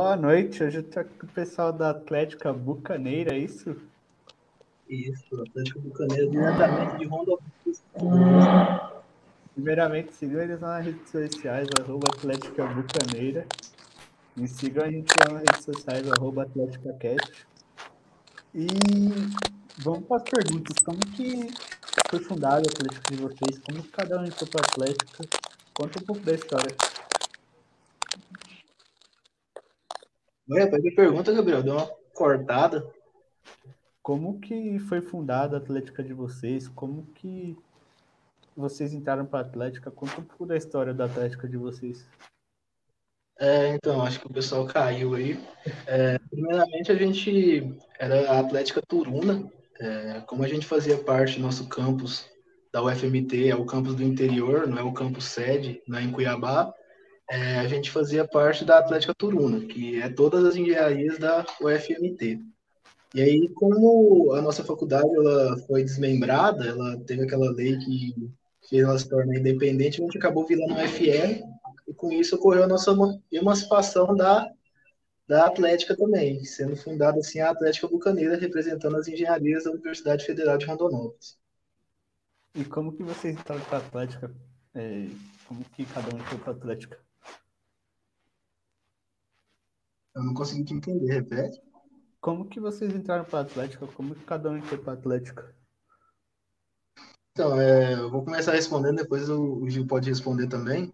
Boa noite, hoje eu tô com o pessoal da Atlética Bucaneira, é isso? Isso, Atlético Bucaneiro, diretamente de Rondonópolis. Primeiramente, sigam eles nas redes sociais, @Atlética Bucaneira. Me sigam a gente lá nas redes sociais, @AtléticaCast. E vamos para as perguntas. Como que foi fundada a Atlética de vocês? Como que cada um entrou para a Atlética? Conta um pouco da história. Olha, pega a pergunta, Gabriel, deu uma cortada. Como que foi fundada a Atlética de vocês? Como que vocês entraram para a Atlética? Conta um pouco da história da Atlética de vocês. Então, acho que o pessoal caiu aí. Primeiramente, a gente era a Atlética Turuna. Como a gente fazia parte do nosso campus da UFMT, é o campus do interior, não é o campus sede, não é em Cuiabá, a gente fazia parte da Atlética Turuna, que é todas as engenharias da UFMT. E aí, como a nossa faculdade ela foi desmembrada, ela teve aquela lei que fez ela se tornar independente, a gente acabou virando um FR, e com isso ocorreu a nossa emancipação da Atlética também, sendo fundada assim a Atlética Bucaneira, representando as engenharias da Universidade Federal de Rondonópolis. E como que vocês entraram para a Atlética? Como que cada um entrou para a Atlética? Eu não consegui te entender, repete. Como que vocês entraram para a Atlética? Como que cada um entrou para a Atlética? Então, eu vou começar respondendo, depois o Gil pode responder também.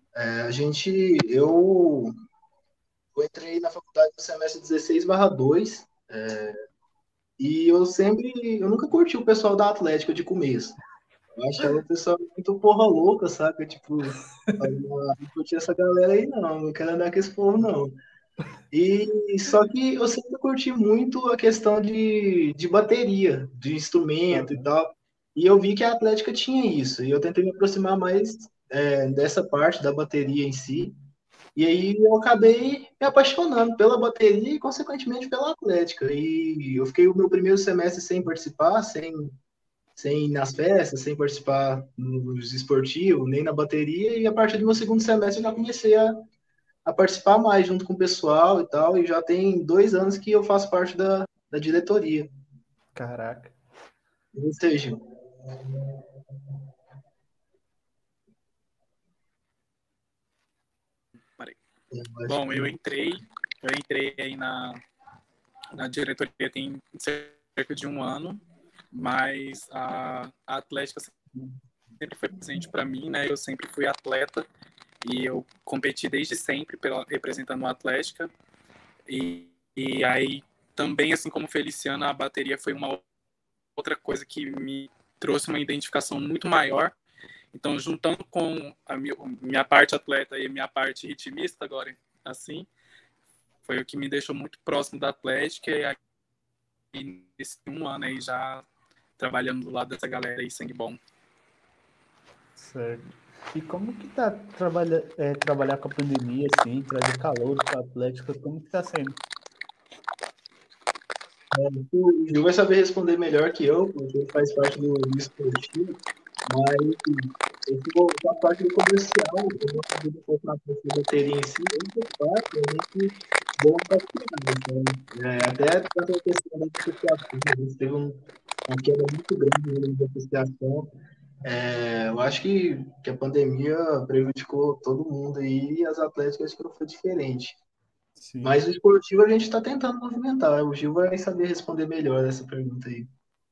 Eu entrei na faculdade no semestre 16/2. E eu nunca curti o pessoal da Atlética de começo. Eu achava o pessoal muito porra louca, sabe? Tipo, não curti essa galera aí não quero andar com esse povo não. E só que eu sempre curti muito a questão de bateria, de instrumento e Uhum. tal. E eu vi que a Atlética tinha isso. E eu tentei me aproximar mais dessa parte da bateria em si. E aí eu acabei me apaixonando pela bateria e, consequentemente, pela Atlética. E eu fiquei o meu primeiro semestre sem participar, sem ir nas festas, sem participar nos esportivos, nem na bateria. E a partir do meu segundo semestre eu já comecei a participar mais junto com o pessoal e tal. E já tem 2 anos que eu faço parte da diretoria. Caraca. Ou seja, eu acho Bom, que eu entrei aí na diretoria tem cerca de um ano, mas a Atlética sempre foi presente para mim, né? Eu sempre fui atleta e eu competi desde sempre representando a Atlética. E aí também, assim como Feliciano, a bateria foi uma outra coisa que me trouxe uma identificação muito maior. Então, juntando com a minha parte atleta e a minha parte ritmista agora, assim, foi o que me deixou muito próximo da Atlética e nesse um ano aí já trabalhando do lado dessa galera aí, sangue bom. Certo. E como que tá trabalhar com a pandemia, assim, trazer calor para a Atlética? Como que tá sendo? o Gil vai saber responder melhor que eu, porque ele faz parte do esportivo. Mas eu fico com a parte do comercial, eu vou fazer depois na parte da bateria em si, eu faço parte, a gente deu uma passeada, então, até com essa questão da associação, a gente teve uma queda muito grande no número de associação. Eu acho que a pandemia prejudicou todo mundo aí e as atléticas que não foi diferente. Sim. Mas o esportivo a gente está tentando movimentar. O Gil vai saber responder melhor essa pergunta aí.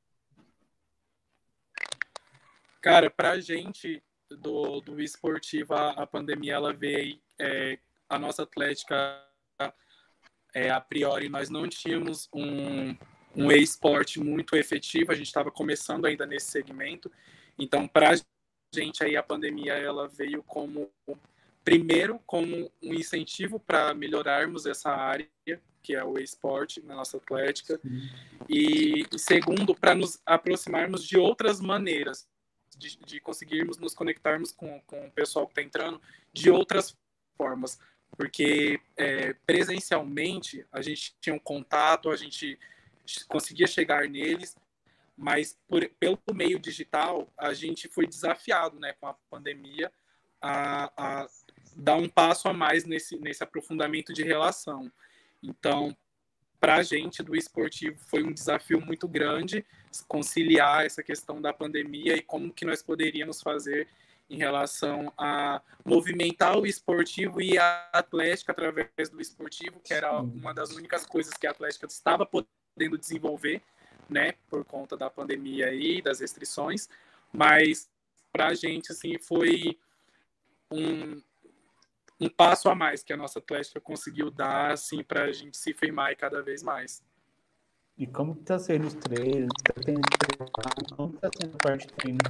Cara, pra gente do esportivo, a pandemia ela veio, a nossa Atlética, a priori, nós não tínhamos um e-sport muito efetivo, a gente estava começando ainda nesse segmento, então para a gente aí a pandemia ela veio primeiro como um incentivo para melhorarmos essa área, que é o e-sport na nossa Atlética, e segundo, para nos aproximarmos de outras maneiras, de conseguirmos nos conectarmos com o pessoal que está entrando de outras formas. Porque presencialmente a gente tinha um contato, a gente conseguia chegar neles, mas pelo meio digital a gente foi desafiado, né, com a pandemia a dar um passo a mais nesse aprofundamento de relação. Então, para a gente do esportivo foi um desafio muito grande conciliar essa questão da pandemia e como que nós poderíamos fazer em relação a movimentar o esportivo e a atlética através do esportivo, que era uma das únicas coisas que a atlética estava podendo desenvolver, né, por conta da pandemia e das restrições, mas para a gente assim foi um, um passo a mais que a nossa atlética conseguiu dar assim para a gente se firmar cada vez mais. E como que tá sendo os treinos? Tá tendo treino? Como que tá sendo a parte de treino?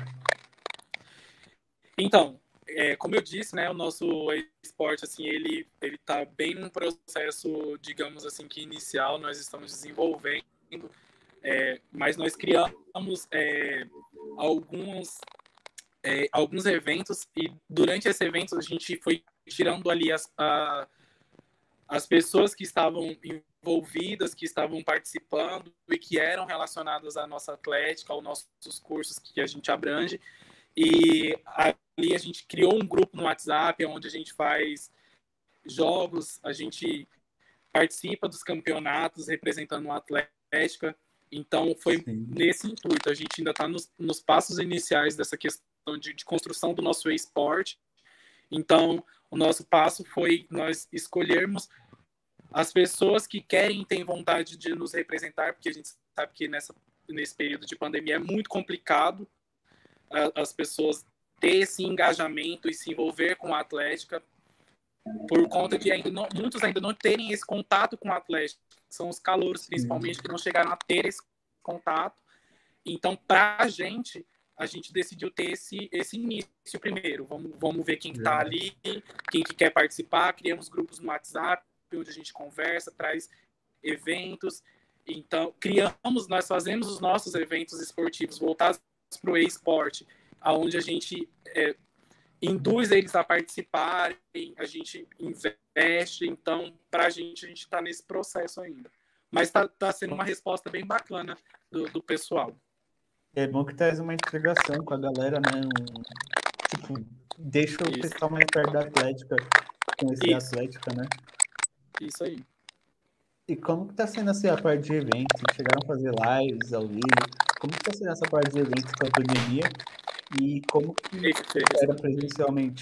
Então, como eu disse, né, o nosso esporte assim ele está bem num processo, digamos assim, que inicial. Nós estamos desenvolvendo, mas nós criamos alguns eventos e durante esse evento a gente foi tirando ali as pessoas que estavam envolvidas, que estavam participando e que eram relacionadas à nossa atlética, aos nossos cursos que a gente abrange. E ali a gente criou um grupo no WhatsApp onde a gente faz jogos, a gente participa dos campeonatos representando a atlética. Então foi nesse intuito. A gente ainda está nos passos iniciais dessa questão de construção do nosso esporte. Então, o nosso passo foi nós escolhermos as pessoas que querem e têm vontade de nos representar, porque a gente sabe que nesse período de pandemia é muito complicado as pessoas ter esse engajamento e se envolver com a atlética, por conta de muitos ainda não terem esse contato com a atlética, são os calouros principalmente que não chegaram a ter esse contato. Então, para a gente decidiu ter esse início primeiro. Vamos ver quem está ali, quem que quer participar. Criamos grupos no WhatsApp, onde a gente conversa, traz eventos. Então, nós fazemos os nossos eventos esportivos voltados para o e-sport, onde a gente induz eles a participarem, a gente investe. Então, para a gente está nesse processo ainda. Mas está sendo uma resposta bem bacana do pessoal. É bom que traz uma integração com a galera, né? Tipo, deixa o pessoal mais perto da atlética, conhecer a atlética, né? Isso aí. E como que tá sendo assim a parte de eventos? Chegaram a fazer lives ao vivo? Como que tá sendo essa parte de eventos com a pandemia? E como que era presencialmente?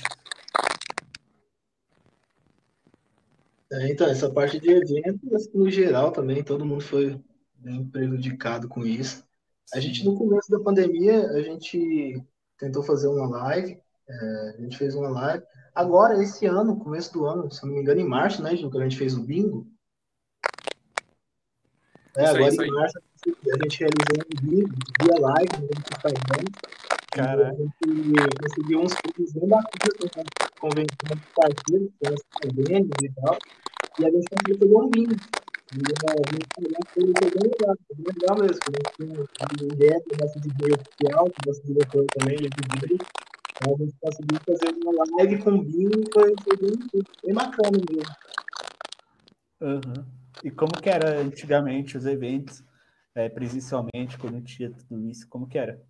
Então, essa parte de eventos, no geral também, todo mundo foi bem prejudicado com isso. A gente, no começo da pandemia, a gente tentou fazer uma live, a gente fez uma live. Agora, esse ano, começo do ano, se não me engano, em março, né, Gil, que a gente fez o bingo. Agora em março, a gente realizou um bingo via live no Instagram. Cara, a gente conseguiu uns prêmios bem bacanas, convencendo parceiros, com os convênios e tal. E a gente conseguiu fazer um bingo. Foi bem legal mesmo. A gente tinha o Guedes, nosso DJ oficial, nosso diretor também, ele DJ. Então a gente conseguiu fazer uma live com bingo, foi bem bacana mesmo. E como que era antigamente os eventos, presencialmente, quando tinha tudo isso, como que era?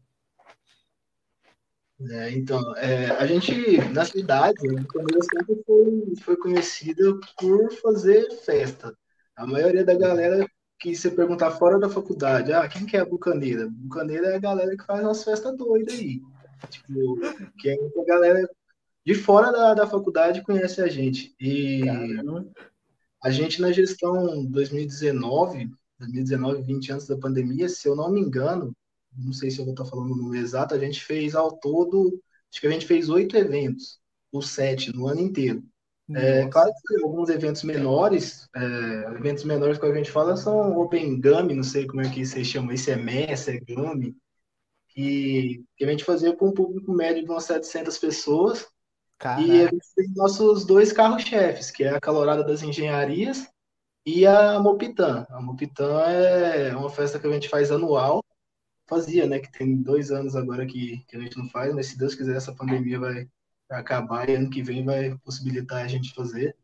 Então, a gente, na cidade, a família sempre foi conhecida por fazer festa. A maioria da galera que você perguntar fora da faculdade, quem que é a Bucaneira? Bucaneira é a galera que faz umas festas doidas aí. Tipo, que é a galera de fora da faculdade conhece a gente. E a gente, na gestão 2019, 20 antes da pandemia, se eu não me engano, não sei se eu vou estar falando o número exato, a gente fez ao todo, acho que a gente fez 8 eventos, ou 7, no ano inteiro. Claro que tem alguns eventos menores que a gente fala são Open Gummy, não sei como é que vocês chamam isso, é Messa, é Gummy, que a gente fazia com um público médio de umas 700 pessoas. Caraca. E a gente tem nossos dois carros-chefes, que é a Calorada das Engenharias e a Mopitã. A Mopitã é uma festa que a gente faz anual. Fazia, né? Que tem 2 anos agora que a gente não faz, mas se Deus quiser, essa pandemia vai acabar e ano que vem vai possibilitar a gente fazer.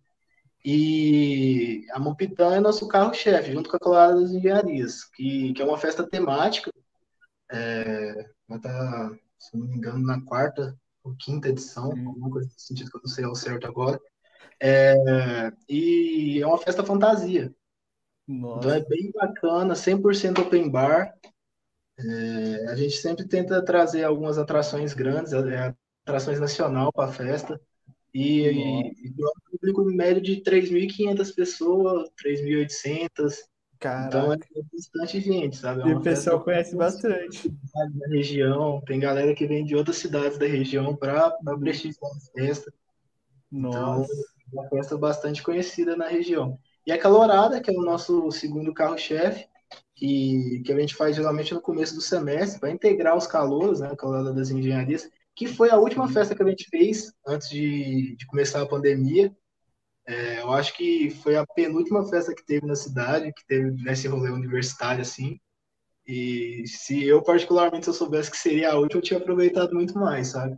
E a Mopitã é nosso carro-chefe, junto com a Calorada das Engenharias, que é uma festa temática. Vai estar, se não me engano, na 4ª ou 5ª edição, alguma coisa nesse sentido que eu não sei ao certo agora. E é uma festa fantasia. Então é Nossa, bem bacana, 100% open bar. A gente sempre tenta trazer algumas atrações grandes, atrações nacional para a festa. E nossa, tem um público médio de 3.500 pessoas, 3.800. Então é caraca. bastante gente, sabe? É E o uma festa pessoal bem conhece bastante. conhecida da região. Tem galera que vem de outras cidades da região para Uhum. prestigiar a festa. Então, Nossa, é uma festa bastante conhecida na região. E a Calorada, que é o nosso segundo carro-chefe, que a gente faz geralmente no começo do semestre, para integrar os calouros, né, a Calorada das Engenharias, que foi a última sim. festa que a gente fez antes de começar a pandemia. Eu acho que foi a penúltima festa que teve na cidade, que teve nesse rolê universitário, assim. E se eu, particularmente, se eu soubesse que seria a última, eu tinha aproveitado muito mais, sabe?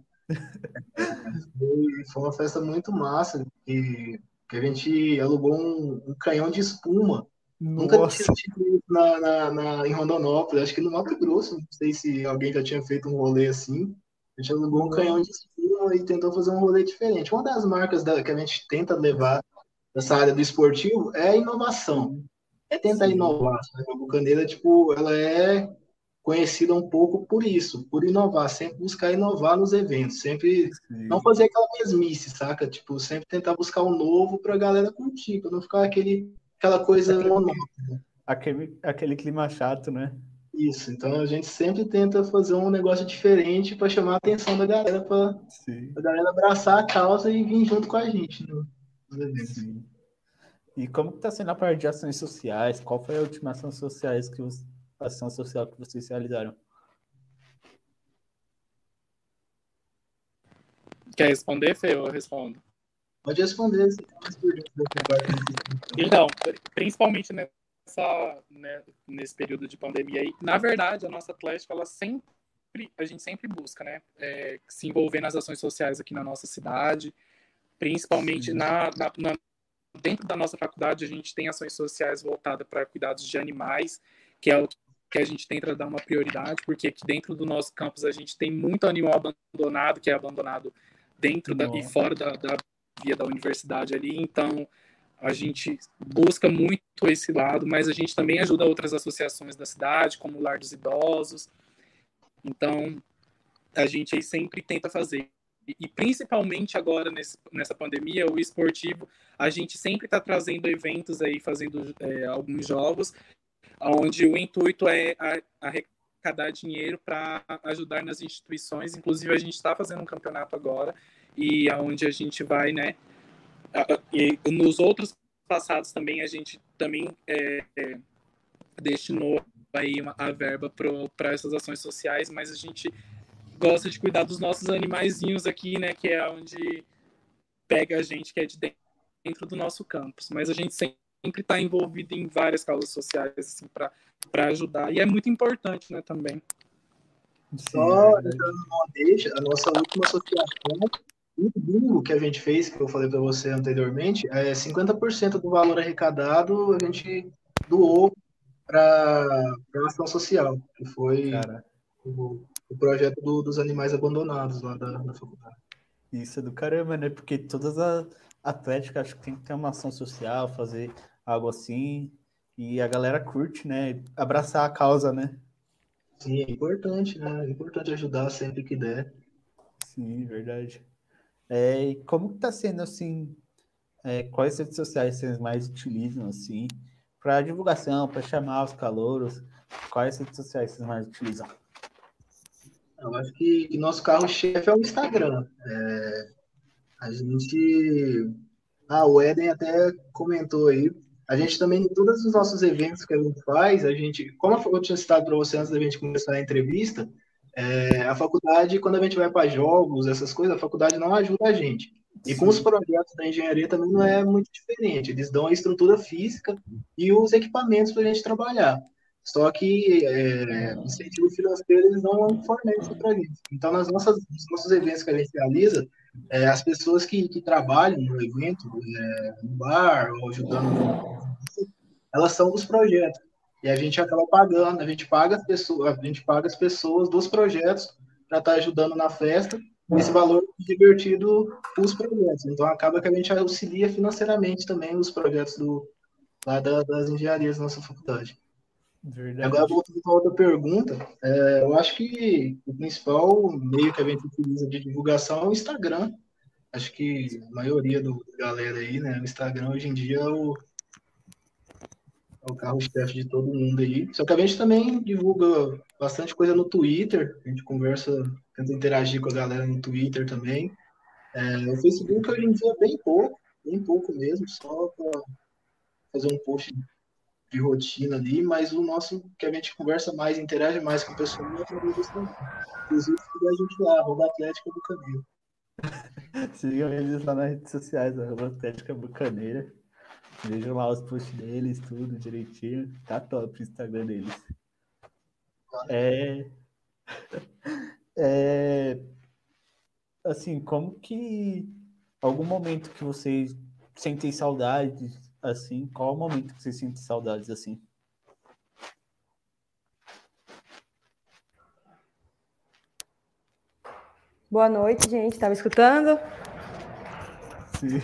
Foi uma festa muito massa, que a gente alugou um canhão de espuma. Nunca tinha Nossa, tido isso em Rondonópolis, acho que no Mato Grosso, não sei se alguém já tinha feito um rolê assim. A gente alugou um canhão não. de espuma e tentou fazer um rolê diferente. Uma das marcas que a gente tenta levar nessa área do esportivo é a inovação. Sim, É tentar sim, inovar. Sabe? A Bucaneira, tipo, ela é conhecida um pouco por isso, por inovar, sempre buscar inovar nos eventos, sempre não sim. fazer aquela mesmice, saca? Tipo, sempre tentar buscar um novo pra galera curtir, pra não ficar aquela coisa monótona. Aquele clima chato, né? Isso, então a gente sempre tenta fazer um negócio diferente para chamar a atenção da galera, para Sim, a galera abraçar a causa e vir junto com a gente nos eventos. sim. E como que tá sendo a parte de ações sociais? Qual foi a última ação social que vocês realizaram? Quer responder, Fê? Eu respondo. Pode responder se tem mais perguntas dessa parte nesse sentido. Então, principalmente nesse período de pandemia aí, na verdade, a nossa Atlética, a gente sempre busca, né, se envolver nas ações sociais aqui na nossa cidade, principalmente Sim, dentro da nossa faculdade, a gente tem ações sociais voltadas para cuidados de animais, que é o que a gente tenta dar uma prioridade, porque aqui dentro do nosso campus a gente tem muito animal abandonado, que é abandonado dentro e nossa, fora da via da universidade ali, então a gente busca muito esse lado, mas a gente também ajuda outras associações da cidade, como o Lar dos Idosos. Então, a gente aí sempre tenta fazer. E principalmente agora, nessa pandemia, o esportivo, a gente sempre está trazendo eventos aí, fazendo alguns jogos, onde o intuito é arrecadar dinheiro para ajudar nas instituições. Inclusive, a gente está fazendo um campeonato agora, e aonde a gente vai, né, e nos outros passados também a gente também destinou aí a verba para essas ações sociais, mas a gente gosta de cuidar dos nossos animaizinhos aqui, né, que é onde pega a gente que é de dentro do nosso campus, mas a gente sempre está envolvido em várias causas sociais assim, para ajudar, e é muito importante, né, também. sim, Só verdade. entrando numa deixa, a nossa última associação, o bingo que a gente fez, que eu falei para você anteriormente, 50% do valor arrecadado a gente doou para a ação social, que foi Cara, o projeto dos animais abandonados lá da faculdade. isso é do caramba, né? Porque todas as atléticas acho que tem que ter uma ação social, fazer algo assim. E a galera curte, né? Abraçar a causa, né? Sim, é importante, né? É importante ajudar sempre que der. Sim, verdade. E como que tá sendo assim? Quais redes sociais vocês mais utilizam assim? Para divulgação, para chamar os calouros? Quais redes sociais vocês mais utilizam? Eu acho que nosso carro-chefe é o Instagram. A gente. O Eden até comentou aí. A gente também, em todos os nossos eventos que a gente faz, como eu tinha citado para você antes da gente começar a entrevista, a faculdade, quando a gente vai para jogos, essas coisas, a faculdade não ajuda a gente. E com os Sim, projetos da engenharia também não é muito diferente. Eles dão a estrutura física e os equipamentos para a gente trabalhar. Só que incentivo financeiro eles não fornecem para a gente. Então, nos nossos eventos que a gente realiza, as pessoas que trabalham no evento, no bar, ou ajudando elas são dos projetos. E a gente acaba pagando, a gente paga as pessoas dos projetos para estar ajudando na festa, e esse valor é divertido para os projetos. Então acaba que a gente auxilia financeiramente também os projetos lá das engenharias da nossa faculdade. Verdade. Agora, voltando para outra pergunta, eu acho que o principal meio que a gente utiliza de divulgação é o Instagram. Acho que a maioria da galera aí, né? O Instagram hoje em dia é o carro-chefe de todo mundo aí. Só que a gente também divulga bastante coisa no Twitter. A gente conversa, tenta interagir com a galera no Twitter também. O Facebook hoje em dia é bem pouco mesmo, só para fazer um post de rotina ali, mas o nosso, que a gente conversa mais, interage mais com o pessoal, é através do Instagram. Inclusive, siga a gente lá, @Atlética Bucaneira. Sigam eles lá nas redes sociais, Atlética Bucaneira. Vejam lá os posts deles, tudo direitinho. Tá top o Instagram deles. Assim, como que algum momento que vocês sentem saudades, assim, qual o momento que vocês sentem saudades, assim? Boa noite, gente. Estava escutando? Sim.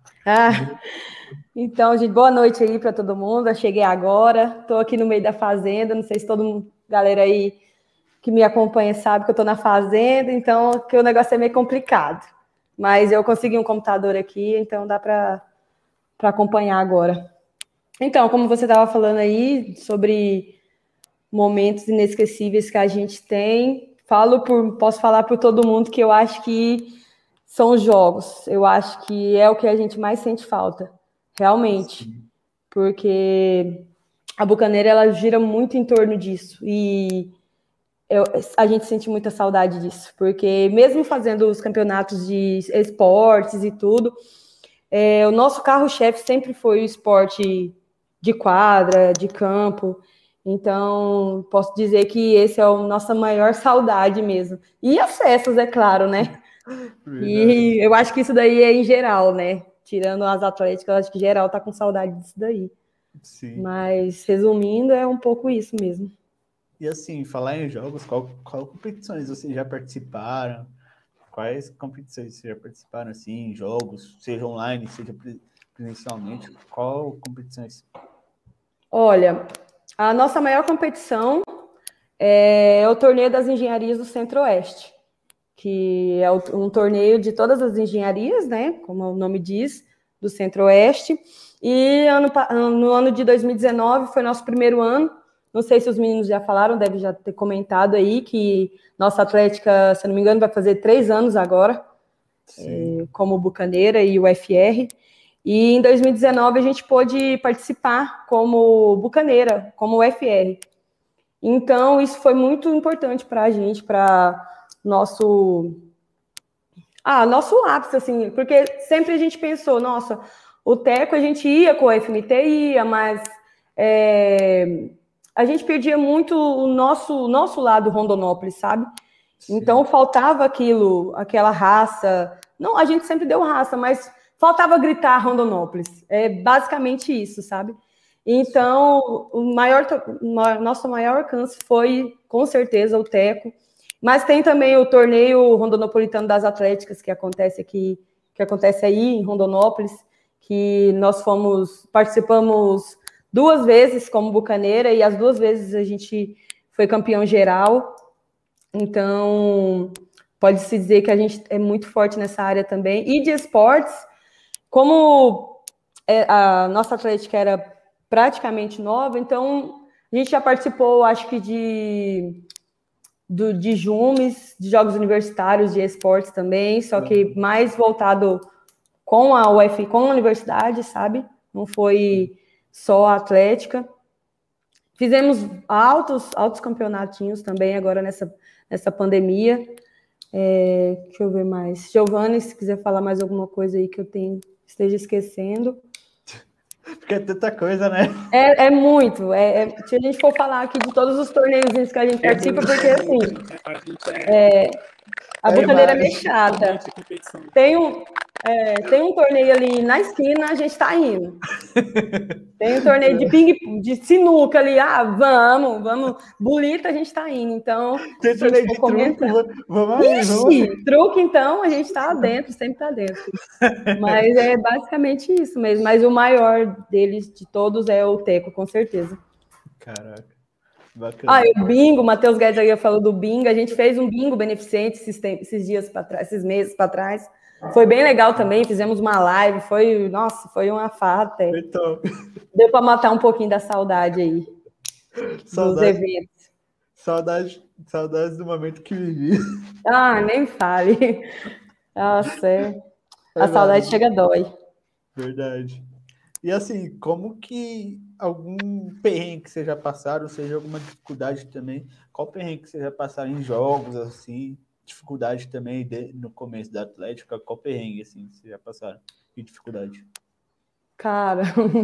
Então, gente, boa noite aí para todo mundo. Eu cheguei agora, estou aqui no meio da fazenda. Não sei se todo mundo, galera aí que me acompanha sabe que eu estou na fazenda, então que o negócio é meio complicado. Mas eu consegui um computador aqui, então dá para acompanhar agora. Então, como você estava falando aí sobre momentos inesquecíveis que a gente tem, posso falar por todo mundo que eu acho que são os jogos. Eu acho que é o que a gente mais sente falta, realmente. Sim. Porque a Bucaneira, ela gira muito em torno disso. E a gente sente muita saudade disso. Porque mesmo fazendo os campeonatos de esportes e tudo, o nosso carro-chefe sempre foi o esporte de quadra, de campo. Então, posso dizer que esse é a nossa maior saudade mesmo. E as festas, é claro, né? E eu acho que isso daí é em geral, né? Tirando as atléticas, eu acho que geral tá com saudade disso daí. Sim. Mas, resumindo, é um pouco isso mesmo. E assim, falar em jogos, qual competições vocês já participaram? Quais competições vocês já participaram, assim, em jogos, seja online, seja presencialmente? Qual competições? Olha, a nossa maior competição é o Torneio das Engenharias do Centro-Oeste, que é um torneio de todas as engenharias, né, como o nome diz, do Centro-Oeste. E no ano de 2019 foi nosso primeiro ano. Não sei se os meninos já falaram, deve já ter comentado aí que nossa Atlética, se não me engano, vai fazer 3 anos agora, como Bucaneira e UFR. E em 2019 a gente pôde participar como Bucaneira, como UFR. Então, isso foi muito importante para a gente, para nosso ápice, assim, porque sempre a gente pensou, nossa, o Teco a gente ia com o FMT, mas a gente perdia muito o nosso lado Rondonópolis, sabe? Sim. Então, faltava aquela raça. Não, a gente sempre deu raça, mas faltava gritar Rondonópolis. É basicamente isso, sabe? Então, nosso maior alcance foi, com certeza, o Teco. Mas tem também o torneio Rondonopolitano das Atléticas, que acontece aqui, que acontece aí em Rondonópolis, que nós participamos 2 vezes como Bucaneira, e as 2 vezes a gente foi campeão geral. Então, pode-se dizer que a gente é muito forte nessa área também. E de esportes, como a nossa Atlética era praticamente nova, então a gente já participou, acho que de JUMES, de Jogos Universitários, de esportes também, só que mais voltado com a universidade, sabe? Não foi só a Atlética. Fizemos altos campeonatinhos também agora nessa pandemia. Deixa eu ver mais. Giovanni, se quiser falar mais alguma coisa aí que eu esteja esquecendo. Porque é tanta coisa, né? É muito. Se a gente for falar aqui de todos os torneios que a gente participa, porque assim, A bucaneira é mas- meio chata. Totalmente competição. Tem um torneio ali na esquina, a gente tá indo. Tem um torneio de de sinuca ali, vamos, bolita, a gente tá indo. Então, Tem se a torneio gente de for truco, comentar. vamos aí, vamos aí. Ixi, truque, então, a gente tá dentro, sempre tá dentro. Mas é basicamente isso mesmo. Mas o maior deles, de todos, é o Teco, com certeza. Caraca, bacana. Ah, e o bingo, o Matheus Guedes aí falou do bingo. A gente fez um bingo beneficente esses dias para trás, esses meses para trás. Foi bem legal também. Fizemos uma live. Nossa, foi uma farra até. Então, Deu para matar um pouquinho da saudade aí dos saudade, eventos. saudades do momento que vivi. Ah, nem fale. Nossa, a É saudade verdade. chega dói. Verdade. E assim, como que algum perrengue que vocês já passaram, seja alguma dificuldade também, qual perrengue que vocês já passaram em jogos, assim, dificuldade também no começo da Atlética, qual perrengue, assim, que vocês já passaram de dificuldade? Cara,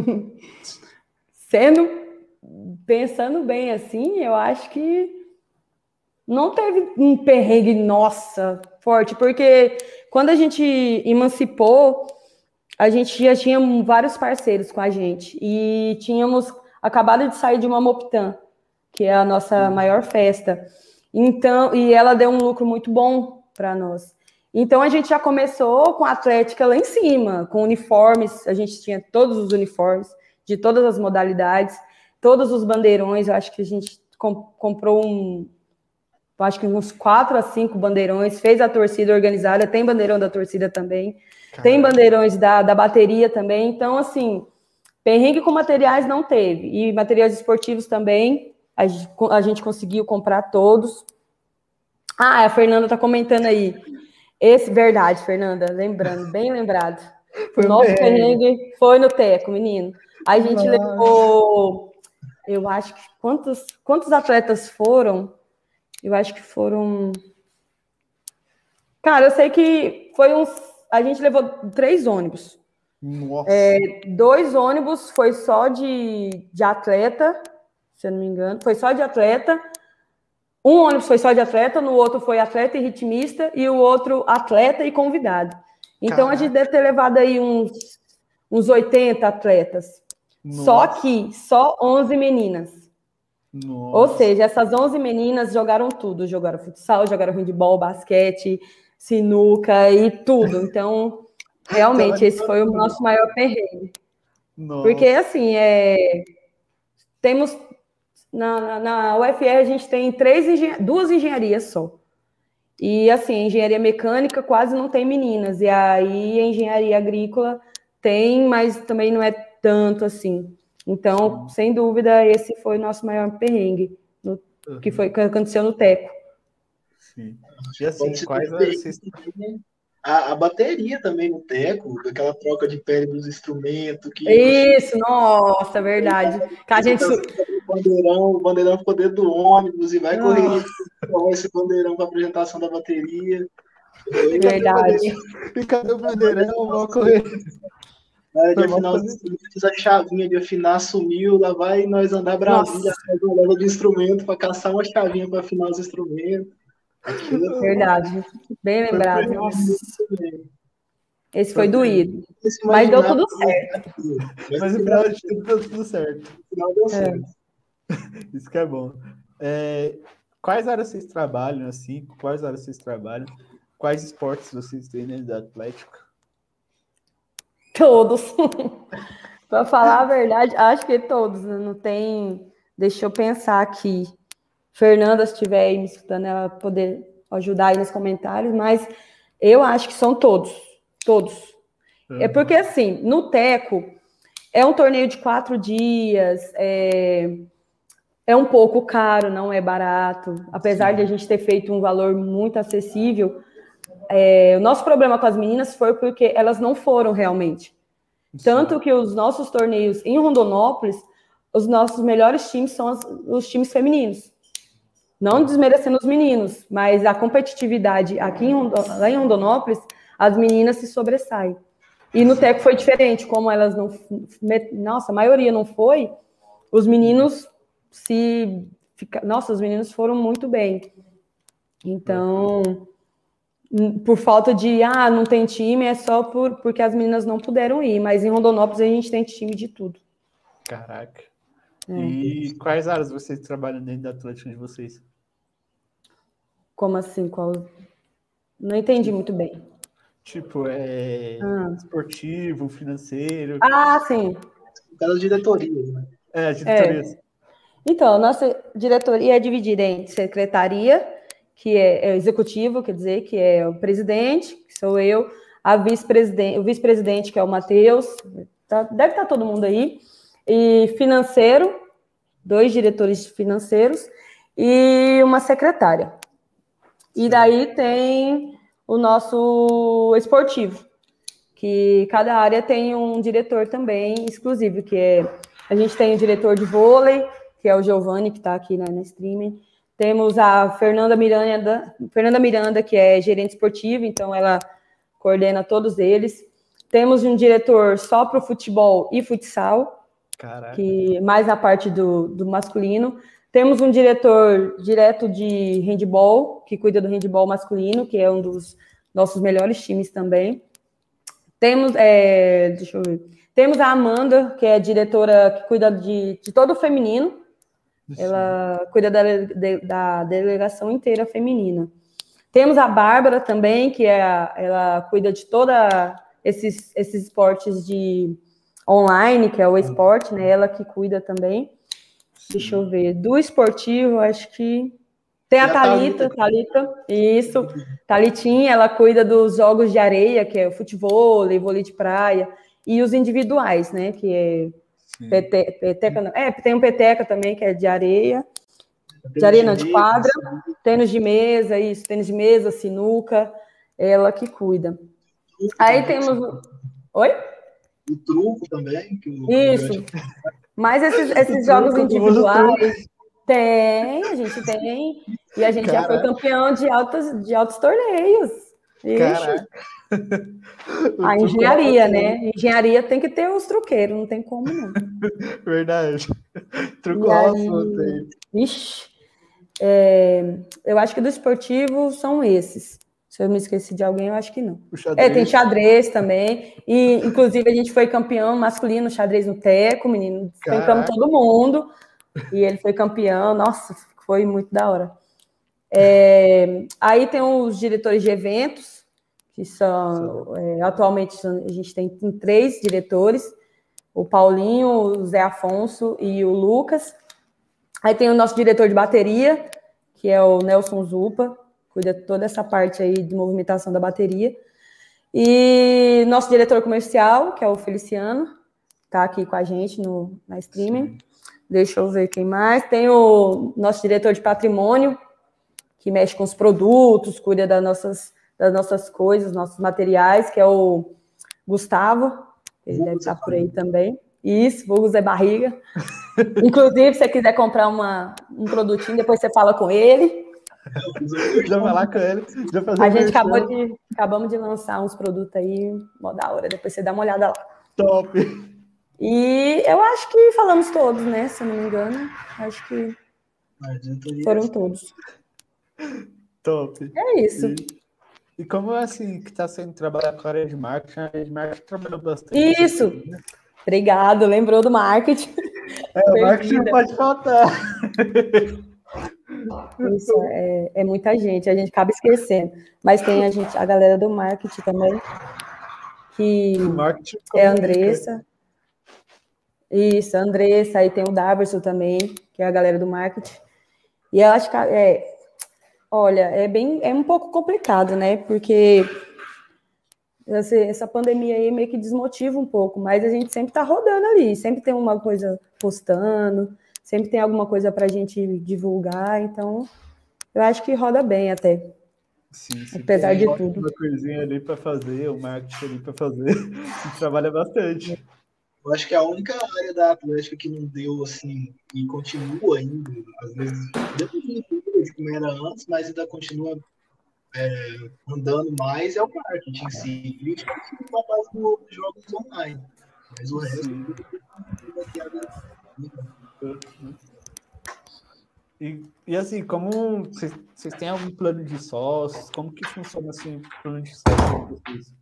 pensando bem assim, eu acho que não teve um perrengue, nossa, forte, porque quando a gente emancipou, a gente já tinha vários parceiros com a gente e tínhamos acabado de sair de uma Moptan, que é a nossa maior festa. Então, e ela deu um lucro muito bom para nós. Então a gente já começou com a Atlética lá em cima, com uniformes, a gente tinha todos os uniformes de todas as modalidades, todos os bandeirões, eu acho que a gente comprou acho que uns 4 a 5 bandeirões, fez a torcida organizada, tem bandeirão da torcida também, tem bandeirões da bateria também, então assim, perrengue com materiais não teve, e materiais esportivos também, a gente conseguiu comprar todos. Ah, a Fernanda tá comentando aí, verdade, Fernanda, lembrando, bem lembrado, Foi o um nosso perrengue. perrengue foi no Teco, menino, a gente levou, eu acho que, quantos atletas foram? Eu acho que foram. Cara, eu sei que foi uns. A gente levou 3 ônibus. Nossa. 2 ônibus foi só de atleta, se eu não me engano. Foi só de atleta. Um ônibus foi só de atleta, no outro foi atleta e ritmista, e o outro atleta e convidado. Então a gente deve ter levado aí uns 80 atletas. Nossa. Só que só 11 meninas. Nossa. Ou seja, essas 11 meninas jogaram tudo. Jogaram futsal, jogaram handebol, basquete, sinuca e tudo. Então, realmente, esse foi o nosso maior perrengue. Nossa. Porque, assim, temos... Na UFR, a gente tem 2 engenharias só. E, assim, a engenharia mecânica quase não tem meninas. E aí, a engenharia agrícola tem, mas também não é tanto assim. Então, sem dúvida, esse foi o nosso maior perrengue, que aconteceu no Teco. Sim. E assim, quais vocês... A bateria também no Teco, aquela troca de pele dos instrumentos. Isso, nossa, verdade. Que a gente... O bandeirão ficou dentro do ônibus e vai correr esse bandeirão para apresentação da bateria. Verdade. E cadê o bandeirão? Vou correr. De afinar os instrumentos, a chavinha de afinar sumiu, lá vai nós andar Brasília, fazer uma loja de instrumento para caçar uma chavinha para afinar os instrumentos. Verdade. Bem lembrado. Nossa. Esse foi doído. Mas deu tudo certo. Mas no final de tudo deu tudo certo. No final deu certo. Isso que é bom. Quais áreas vocês trabalham, assim? Quais áreas vocês trabalham? Quais esportes vocês têm dentro da Atlética? Todos. Para falar a verdade, acho que todos. Não tem... Deixa eu pensar aqui. Fernanda, se estiver aí me escutando, ela poder ajudar aí nos comentários, mas eu acho que são todos. Todos. É porque, assim, no Teco, é um torneio de 4 dias, é um pouco caro, não é barato. Apesar de a gente ter feito um valor muito acessível, o nosso problema com as meninas foi porque elas não foram realmente. Tanto que os nossos torneios em Rondonópolis, os nossos melhores times são os times femininos. Não desmerecendo os meninos, mas a competitividade aqui lá em Rondonópolis, as meninas se sobressaem. E no Teco foi diferente, como elas não... Nossa, a maioria não foi, os meninos Nossa, os meninos foram muito bem. Então, por falta de, não tem time, é só porque as meninas não puderam ir, mas em Rondonópolis a gente tem time de tudo. Caraca. E quais áreas vocês trabalham dentro da Atlética de vocês? Como assim? Não entendi muito bem. Tipo, esportivo, financeiro. Sim. Cada diretoria, né? Diretorias. Então, a nossa diretoria é dividida em secretaria, que é executivo, quer dizer, que é o presidente, que sou eu, o vice-presidente, que é o Matheus, deve estar todo mundo aí, e financeiro, 2 diretores financeiros e uma secretária. E daí tem o nosso esportivo, que cada área tem um diretor também exclusivo, a gente tem o diretor de vôlei, que é o Giovanni, que está aqui na streaming. Temos a Fernanda Miranda, que é gerente esportiva, então ela coordena todos eles. Temos um diretor só para o futebol e futsal, que mais na parte do masculino. Temos um diretor direto de handball, que cuida do handball masculino, que é um dos nossos melhores times também. Temos, deixa eu ver. Temos a Amanda, que é a diretora que cuida de todo o feminino. Ela cuida da delegação inteira feminina. Temos a Bárbara também, que ela cuida de todos esses esportes de online, que é o esporte, né? Ela que cuida também. Deixa eu ver. Do esportivo, acho que tem a Thalita, isso. Thalitinha, ela cuida dos jogos de areia, que é o futebol, vôlei de praia, e os individuais, né? Que é peteca, não. Tem um peteca também, que é de areia. De areia não, de quadra. Tênis de mesa, isso. Tênis de mesa, sinuca. Ela que cuida. Aí temos... Oi? O truco também. Isso. Mas esses jogos individuais... a gente tem. E a gente já foi campeão de altos torneios. Caraca. A engenharia, né? Engenharia tem que ter os truqueiros, não tem como, não. Verdade. Truco assunto aí. Ixi. Eu acho que do esportivo são esses. Se eu me esqueci de alguém, eu acho que não. Tem xadrez também. E, inclusive, a gente foi campeão masculino xadrez no Teco, menino. Despencamos todo mundo. E ele foi campeão. Nossa, foi muito da hora. Aí tem os diretores de eventos, que são... atualmente, a gente tem 3 diretores. O Paulinho, o Zé Afonso e o Lucas. Aí tem o nosso diretor de bateria, que é o Nelson Zupa, cuida de toda essa parte aí de movimentação da bateria. E nosso diretor comercial, que é o Feliciano, tá aqui com a gente na streaming. Sim. Deixa eu ver quem mais. Tem o nosso diretor de patrimônio, que mexe com os produtos, cuida das nossas coisas, nossos materiais, que é o Gustavo. Ele deve estar por aí também. Isso, vulgo Zé Barriga. Inclusive, se você quiser comprar um produtinho, depois você fala com ele. Já falar com ele. A gente acabamos de lançar uns produtos aí, mó da hora. Depois você dá uma olhada lá. Top! E eu acho que falamos todos, né? Se eu não me engano. Acho que foram todos. Top! É isso. E como assim que está sendo trabalhar com a área de marketing? A área de marketing trabalhou bastante. Isso! Obrigado, lembrou do marketing. O marketing não pode faltar. Isso, é muita gente, a gente acaba esquecendo. Mas tem a galera do marketing também, que é a Andressa. Isso, a Andressa, aí tem o Daverson também, que é a galera do marketing. E eu acho que, olha, é um pouco complicado, né? Porque essa pandemia aí meio que desmotiva um pouco, mas a gente sempre tá rodando ali, sempre tem uma coisa postando, sempre tem alguma coisa pra gente divulgar, então eu acho que roda bem até. Sim, apesar de tudo. Uma coisinha ali para fazer, o marketing ali para fazer, a gente trabalha bastante. Eu acho que a única área da Atlética que não deu, assim, e continua ainda, às vezes, depende de como era antes, mas ainda continua andando mais, é o marketing em si. E isso é a base dos jogos online. Mas o resto... E assim, como vocês têm algum plano de sócios? Como que funciona assim, o plano de sócios de vocês?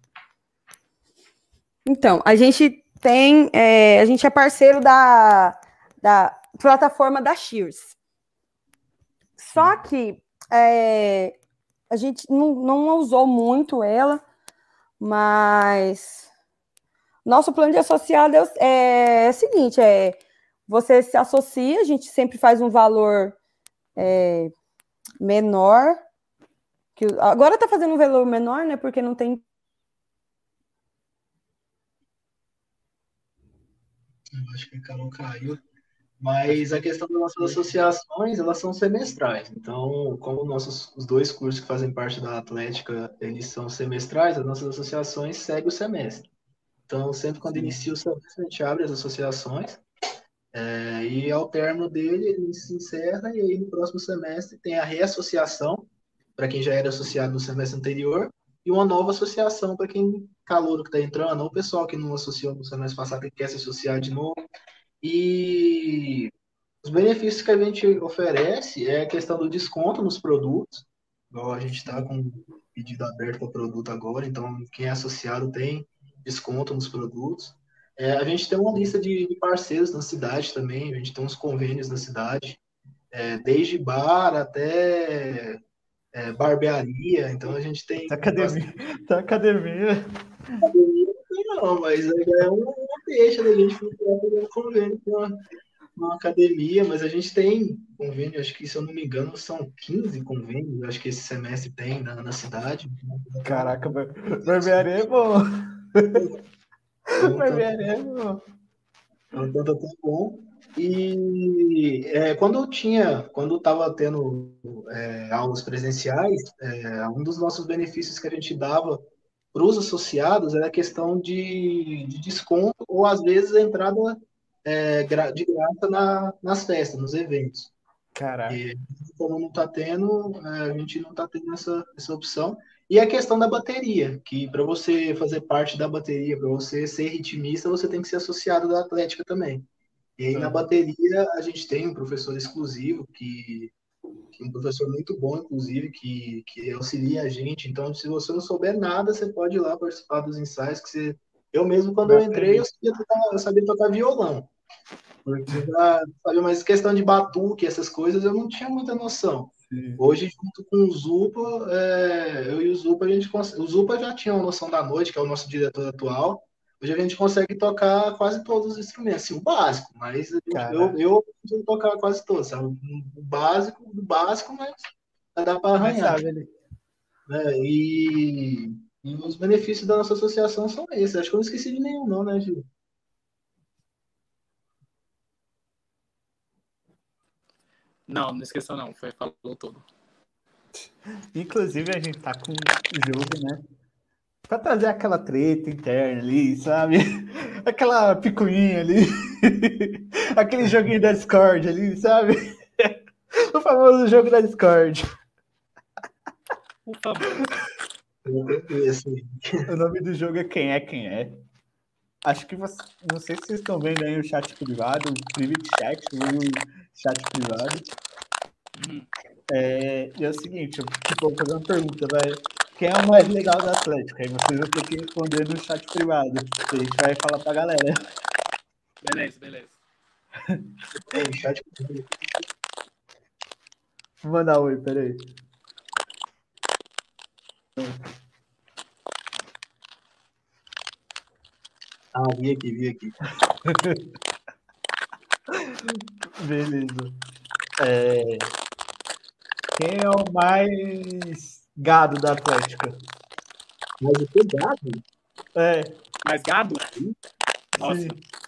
Então, a gente é parceiro da plataforma da Shears. Só que a gente não usou muito ela, mas nosso plano de associado é o seguinte, você se associa, a gente sempre faz um valor menor, agora está fazendo um valor menor, né, porque não tem... Eu acho que a Carol caiu. Mas a questão das nossas associações, elas são semestrais. Então, como os dois cursos que fazem parte da Atlética, eles são semestrais, as nossas associações seguem o semestre. Então, sempre quando inicia o semestre, a gente abre as associações, e ao término dele, ele se encerra, e aí no próximo semestre tem a reassociação, para quem já era associado no semestre anterior, e uma nova associação para quem calouro que está entrando, ou o pessoal que não associou no semestre passado e quer se associar de novo. E os benefícios que a gente oferece é a questão do desconto nos produtos. Igual a gente está com pedido aberto para o produto agora, então quem é associado tem desconto nos produtos. A gente tem uma lista de parceiros na cidade também, a gente tem uns convênios na cidade, desde bar até barbearia, então a gente tem... Academia. Academia. Não, mas é uma deixa da gente fazer um convênio com uma academia, mas a gente tem convênio, acho que, se eu não me engano, são 15 convênios, acho que esse semestre tem na cidade. Caraca, barbearia é bom. Barbearia é bom. Então tá tão bom. E quando estava tendo aulas presenciais, um dos nossos benefícios que a gente dava para os associados era a questão de desconto, ou às vezes a entrada de graça nas festas, nos eventos. Caraca. E como não está tendo, a gente não está tendo essa opção. E a questão da bateria, que para você fazer parte da bateria, para você ser ritmista, você tem que ser associado da Atlética também. E aí na bateria a gente tem um professor exclusivo, que é um professor muito bom, inclusive, que auxilia a gente. Então, se você não souber nada, você pode ir lá participar dos ensaios. Eu mesmo, quando eu entrei, eu sabia tocar violão. Porque já sabia, mas questão de batuque, essas coisas, eu não tinha muita noção. Sim. Hoje, junto com o Zupa, eu e o Zupa, o Zupa já tinha uma noção da noite, que é o nosso diretor atual. Hoje a gente consegue tocar quase todos os instrumentos, assim, o básico, mas eu consigo tocar quase todos, sabe? O básico, mas dá para arranhar. E os benefícios da nossa associação são esses. Acho que eu não esqueci de nenhum, não, né, Gil? Não esqueça não, falou tudo. Inclusive, a gente tá com o jogo, né? Pra trazer aquela treta interna ali, sabe? Aquela picuinha ali. Aquele joguinho da Discord ali, sabe? O famoso jogo da Discord. Por favor. O nome do jogo é Quem é Quem É. Acho que não sei se vocês estão vendo aí o chat privado, o private chat, o chat privado. E é o seguinte, eu vou fazer uma pergunta, vai. Quem é o mais legal da Atlética? Aí vocês vão ter que responder no chat privado. A gente vai falar pra galera. Beleza. Chat Vou mandar oi, peraí. Vi aqui. Beleza. Quem é o mais gado da Atlética? Mais o que, gado? Mais gado? Nossa.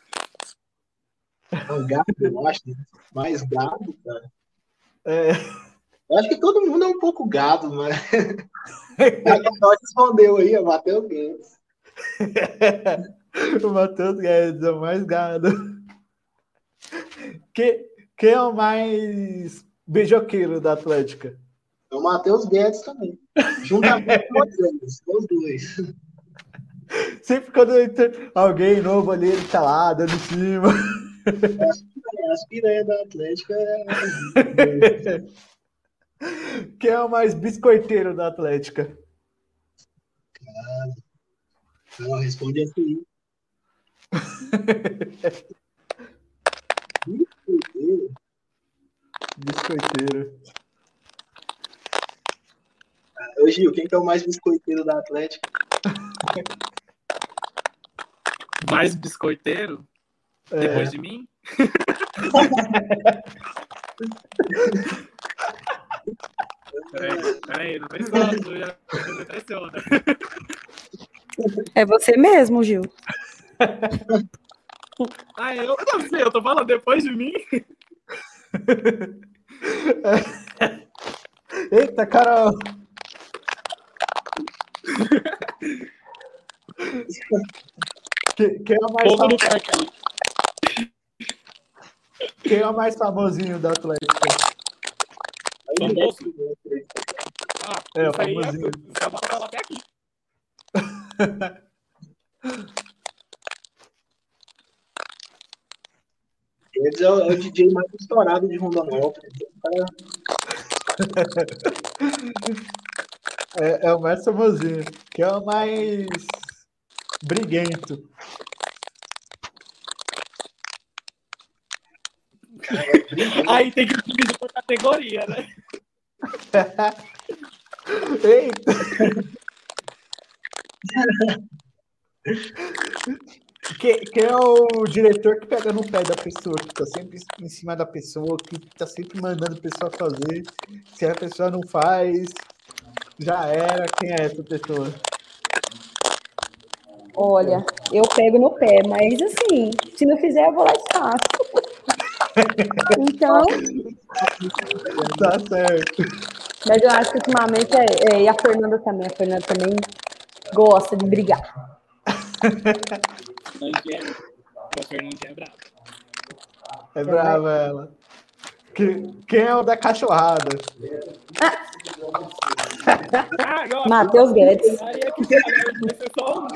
Gado, eu acho. Mais gado, cara. Eu acho que todo mundo é um pouco gado, mas... Só respondeu aí, o Matheus Guedes. O Matheus Guedes é o mais gado. Quem é o mais beijoqueiro da Atlética? É o Matheus Guedes também. Juntamente com Moisés, os dois. Sempre quando entra alguém novo ali, ele tá lá, dando em cima. As piranhas da Atlética Quem é o mais biscoiteiro da Atlética? não, responde essa aí. Biscoiteiro. Ô, Gil, quem que é o mais biscoiteiro da Atlética? Mais biscoiteiro? Depois de mim? Peraí, não tem sorte, já me impressiona. É você mesmo, Gil. Eu não sei, eu tô falando depois de mim. Eita, Carol! Quem é o mais Fogo no parque. Quem é o mais famosinho da Atlética? Famoso? É, o isso aí famosinho. dá pra falar até aqui. Eles é o DJ mais estourado de Rondonópolis. É o mais famosinho. Quem é o mais briguento? Aí tem que dividir por categoria, né? Eita! Quem é o diretor que pega no pé da pessoa, que tá sempre em cima da pessoa, que tá sempre mandando a pessoa fazer? Se a pessoa não faz, já era. Quem é essa pessoa? Olha, eu pego no pé, mas assim, se não fizer, eu vou lá e faço. Então, Tá certo. mas eu acho que ultimamente e a Fernanda também. A Fernanda também gosta de brigar. A Fernanda é brava. É brava ela. Quem é o da cachorrada? Matheus Guedes. Aí é que vai ser só um.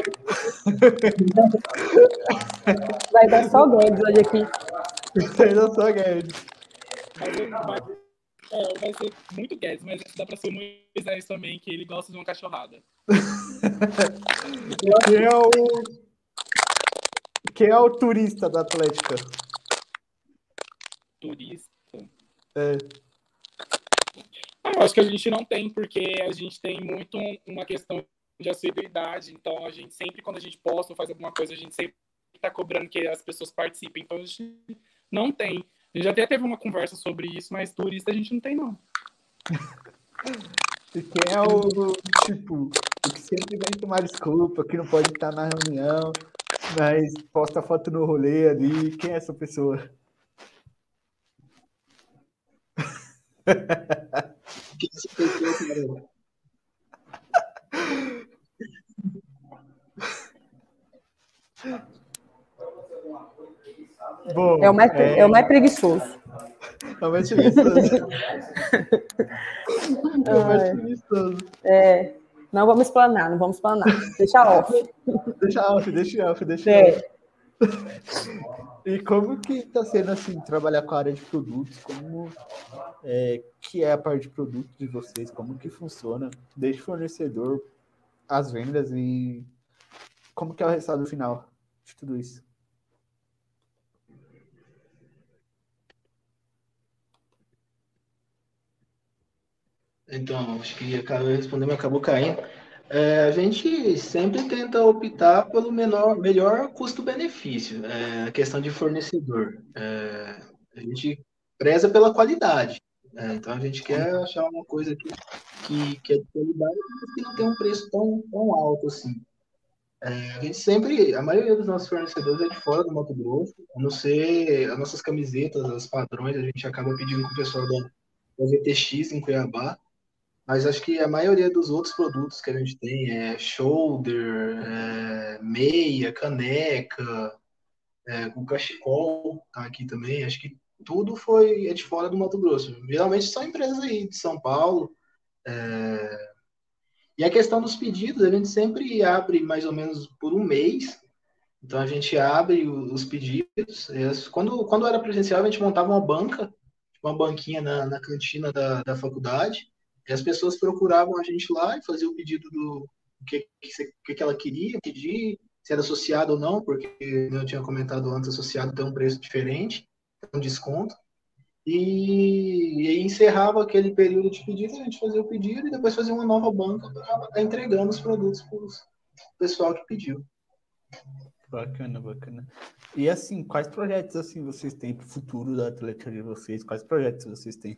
Vai dar só Guedes hoje aqui. Vocês não são Guedes. Vai ser muito Guedes, mas dá pra ser o Moisés também, que ele gosta de uma cachorrada. Quem é o turista da Atlética? Turista. É. Eu acho que a gente não tem, porque a gente tem muito uma questão de assiduidade. Então, a gente sempre, quando a gente posta ou faz alguma coisa, a gente sempre tá cobrando que as pessoas participem. Então, a gente não tem. A gente até teve uma conversa sobre isso, mas turista a gente não tem, não. E quem é o que sempre vem tomar desculpa, que não pode estar na reunião, mas posta foto no rolê ali? Quem é essa pessoa? Que essa pessoa, cara? Bom, É o mais preguiçoso. É o mais preguiçoso. É o mais preguiçoso. Não vamos explanar, não vamos explanar. Deixa off. Deixa off. E como que tá sendo assim, trabalhar com a área de produtos? Como que é a parte de produtos de vocês? Como que funciona? Desde fornecedor, as vendas e como que é o resultado final de tudo isso? Então, acho que acabou respondendo, acabou caindo. A gente sempre tenta optar pelo melhor custo-benefício, a questão de fornecedor. A gente preza pela qualidade. Então, a gente quer achar uma coisa que é de qualidade, mas que não tem um preço tão alto assim. A maioria dos nossos fornecedores é de fora do Mato Grosso, a não ser as nossas camisetas, as padrões, a gente acaba pedindo com o pessoal da VTX em Cuiabá. Mas acho que a maioria dos outros produtos que a gente tem shoulder, meia, caneca, o cachecol tá aqui também. Acho que tudo é de fora do Mato Grosso. Geralmente são empresas aí de São Paulo. E a questão dos pedidos, a gente sempre abre mais ou menos por um mês. Então a gente abre os pedidos. Quando era presencial, a gente montava uma banca, uma banquinha na cantina da faculdade, e as pessoas procuravam a gente lá e faziam o pedido do que ela queria pedir, se era associado ou não, porque eu tinha comentado antes, associado tem um preço diferente, um desconto. E aí encerrava aquele período de pedido, a gente fazia o pedido e depois fazia uma nova banca para estar entregando os produtos para o pessoal que pediu. Bacana, bacana. E assim, quais projetos assim vocês têm para o futuro da Atlética de vocês? Quais projetos vocês têm?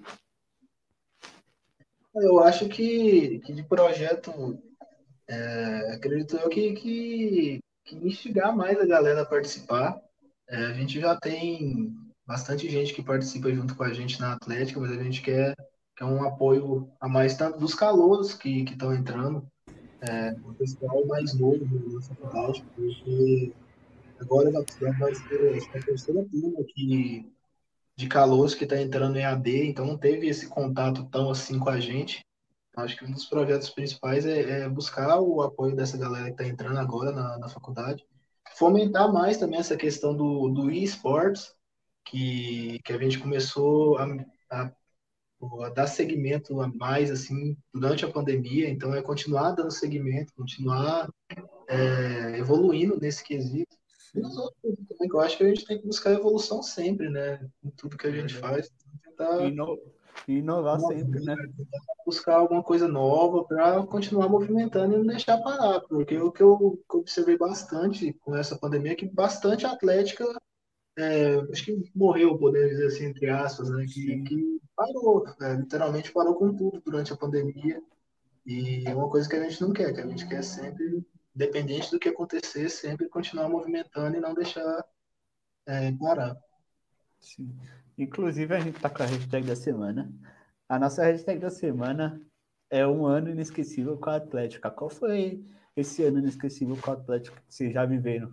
Eu acho que de projeto, acredito eu que instigar mais a galera a participar. A gente já tem bastante gente que participa junto com a gente na Atlética, mas a gente quer um apoio a mais, tanto dos calouros que estão entrando, o pessoal mais novo da faculdade, porque agora vai ser acho que a terceira turma de calouros que está entrando em AD, então não teve esse contato tão assim com a gente. Acho que um dos projetos principais é buscar o apoio dessa galera que está entrando agora na faculdade. Fomentar mais também essa questão do e-sports, que a gente começou a, a dar segmento a mais assim durante a pandemia. Então, é continuar dando segmento, continuar evoluindo nesse quesito. E nos outros também, que eu acho que a gente tem que buscar evolução sempre, né? Em tudo que a gente faz. Tentar Inovar sempre, né? buscar alguma coisa nova para continuar movimentando e não deixar parar, porque o que eu observei bastante com essa pandemia é que bastante atlética, acho que morreu, podemos dizer assim, entre aspas, né, Sim. que parou, literalmente parou com tudo durante a pandemia, e é uma coisa que a gente não quer, que a gente quer sempre, independente do que acontecer, sempre continuar movimentando e não deixar parar. Sim. Inclusive, a gente está com a hashtag da semana. A nossa hashtag da semana é um ano inesquecível com a Atlética. Qual foi esse ano inesquecível com a Atlética que vocês já viveram?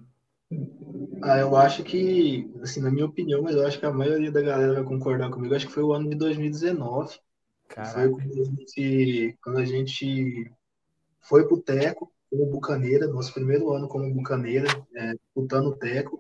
Eu acho que, assim, na minha opinião, mas eu acho que a maioria da galera vai concordar comigo, acho que foi o ano de 2019, que foi Caraca. quando a gente foi pro Teco, como Bucaneira, nosso primeiro ano como Bucaneira, disputando o Teco.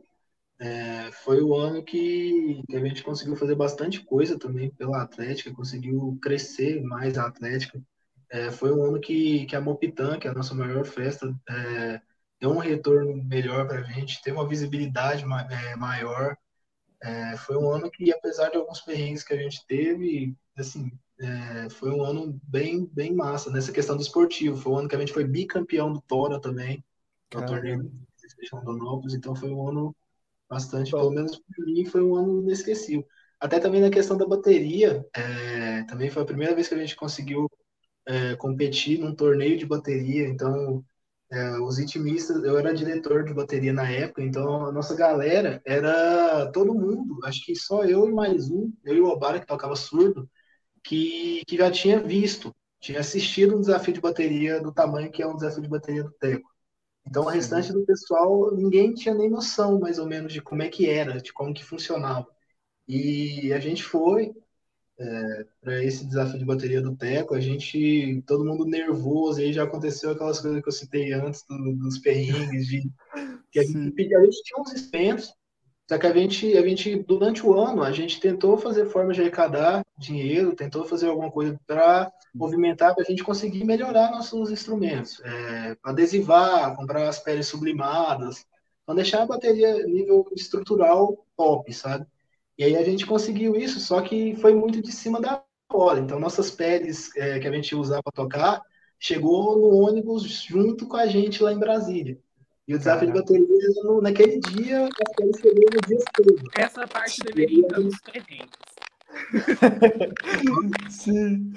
Foi o ano que a gente conseguiu fazer bastante coisa também pela Atlética, conseguiu crescer mais a Atlética. Foi um ano que a Mopitã, que é a nossa maior festa, deu um retorno melhor para a gente, teve uma visibilidade maior. Foi um ano que, apesar de alguns perrengues que a gente teve, assim, foi um ano bem massa nessa questão do esportivo. Foi um ano que a gente foi bicampeão do Tora também, que é o torneio Caramba. de Rondonópolis, então foi um ano bastante, pelo Top. menos para mim, foi um ano inesquecível. Até também na questão da bateria, também foi a primeira vez que a gente conseguiu competir num torneio de bateria, então os ritmistas, eu era diretor de bateria na época, então a nossa galera era todo mundo, acho que só eu e mais um, eu e o Obara, que tocava surdo, que já tinha assistido um desafio de bateria do tamanho que é um desafio de bateria do Teco. Então o Sim. restante do pessoal, ninguém tinha nem noção mais ou menos de como é que era, de como que funcionava. E a gente foi para esse desafio de bateria do Teco, todo mundo nervoso, e aí já aconteceu aquelas coisas que eu citei antes, dos perrengues, que a gente Sim. pedia, a gente tinha uns expensos, só que durante o ano, a gente tentou fazer forma de arrecadar dinheiro, tentou fazer alguma coisa para movimentar, para a gente conseguir melhorar nossos instrumentos, adesivar, comprar as peles sublimadas, não deixar a bateria nível estrutural top, sabe? E aí a gente conseguiu isso, só que foi muito de cima da hora. Então, nossas peles que a gente usava para tocar, chegou no ônibus junto com a gente lá em Brasília. E o desafio de Caraca. bateria, naquele dia, as peles chegou no dia seguinte. Essa parte E deveria aí entrar nos perrengues. Sim.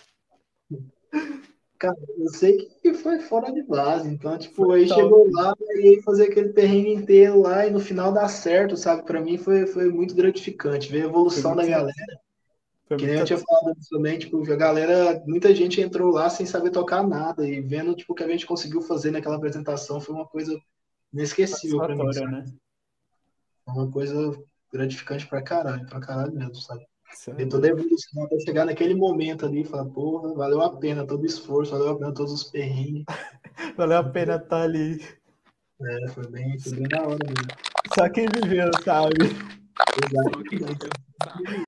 cara, eu sei que foi fora de base. Então, tipo, Foi aí top. chegou lá e aí fazer aquele perrengue inteiro lá e no final dá certo, sabe? Para mim foi muito gratificante ver a Foi evolução da muito, galera. foi Que nem eu muito. tinha falado antes também, tipo, a galera, muita gente entrou lá sem saber tocar nada e vendo, tipo, o que a gente conseguiu fazer naquela apresentação foi uma coisa inesquecível para mim, Satisfatória, sabe? né? Foi uma coisa gratificante pra caralho mesmo, sabe? Isso é Ver toda a louco. evolução até chegar naquele momento ali e falar, porra, valeu a pena todo o esforço, valeu a pena todos os perrengues. Valeu a pena estar ali. Foi bem da hora mesmo. Só quem viveu, sabe? Só quem viveu sabe.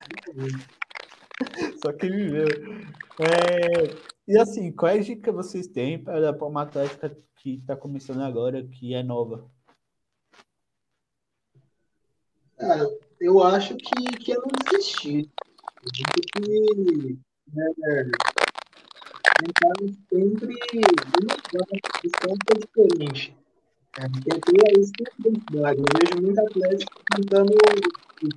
Só quem viveu. E assim, quais dicas vocês têm para uma atlética que está começando agora, que é nova? Cara, eu acho que é não desistir. Eu acho que tentar sempre buscar ser diferente. Ter a isso que identidade. Eu vejo muita atlética tentando,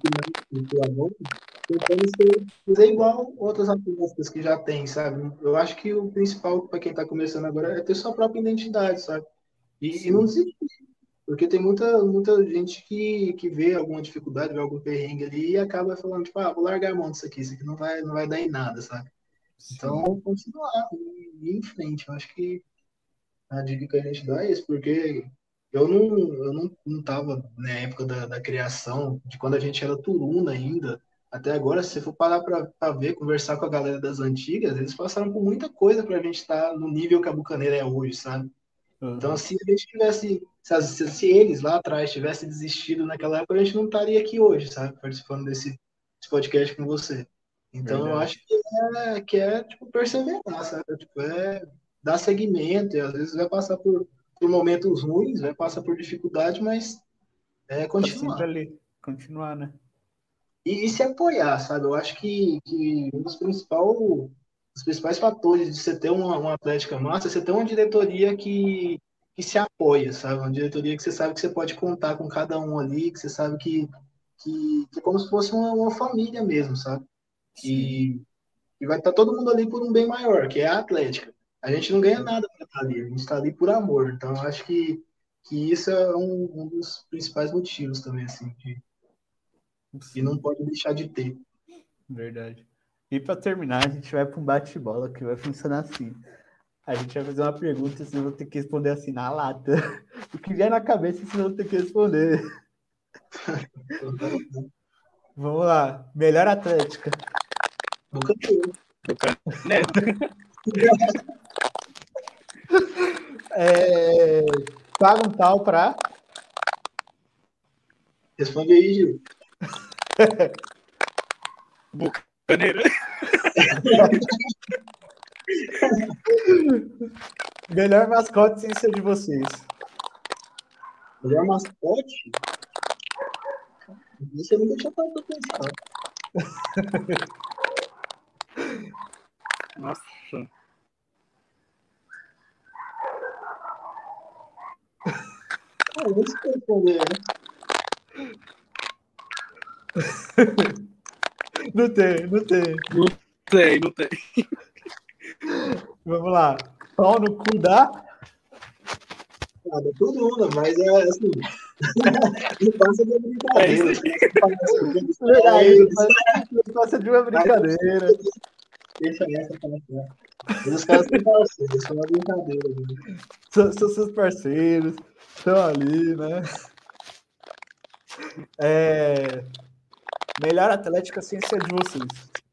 tentando fazer igual outras atletas que já tem, sabe? Eu acho que o principal para quem está começando agora é ter sua própria identidade, sabe? E não desistir. Porque tem muita gente que vê alguma dificuldade, vê algum perrengue ali e acaba falando, tipo, vou largar a mão disso aqui não vai dar em nada, sabe? Então, continuar e ir em frente. Eu acho que a dica que a gente dá é isso, porque eu não tava na época da criação, de quando a gente era turuna ainda, até agora, se você for parar para ver, conversar com a galera das antigas, eles passaram por muita coisa para a gente estar no nível que a Bucaneira é hoje, sabe? Então, se a gente tivesse, se eles lá atrás tivessem desistido naquela época, a gente não estaria aqui hoje, sabe? Participando desse podcast com você. Então, eu acho que é tipo, perseverar, sabe? Tipo, dar seguimento, e às vezes vai passar por momentos ruins, vai passar por dificuldade, mas Tá continuar. sempre ali, continuar, né? E se apoiar, sabe? Eu acho que um dos principais fatores de você ter uma atlética massa é você ter uma diretoria que se apoia, sabe? Uma diretoria que você sabe que você pode contar com cada um ali, que você sabe que é como se fosse uma família mesmo, sabe? Sim. E vai estar todo mundo ali por um bem maior, que é a atlética. A gente não ganha nada para estar ali, a gente está ali por amor. Então, eu acho que isso é um dos principais motivos também, assim, e não pode deixar de ter. Verdade. E para terminar, a gente vai para um bate-bola que vai funcionar assim. A gente vai fazer uma pergunta e vocês vão ter que responder assim na lata. O que vier na cabeça, vocês vão ter que responder. Vamos lá. Melhor atlética. Bucaneiro. Paga um tal para. Responde aí, Gil. Bucaneira. Melhor mascote sem ser de vocês. Melhor mascote? Isso eu nunca tinha parado pra pensar. Nossa. Eu não sei responder, né? Não tem. Não tem. Vamos lá. Pau no cu da. Nada, tudo, mas é assim. Não passa de brincadeira. Verdade, não passa de uma brincadeira. Deixa essa pra lá. Mas os caras são parceiros, são uma brincadeira. Né? São seus parceiros, estão ali, né? Melhor atlética sem ser de vocês.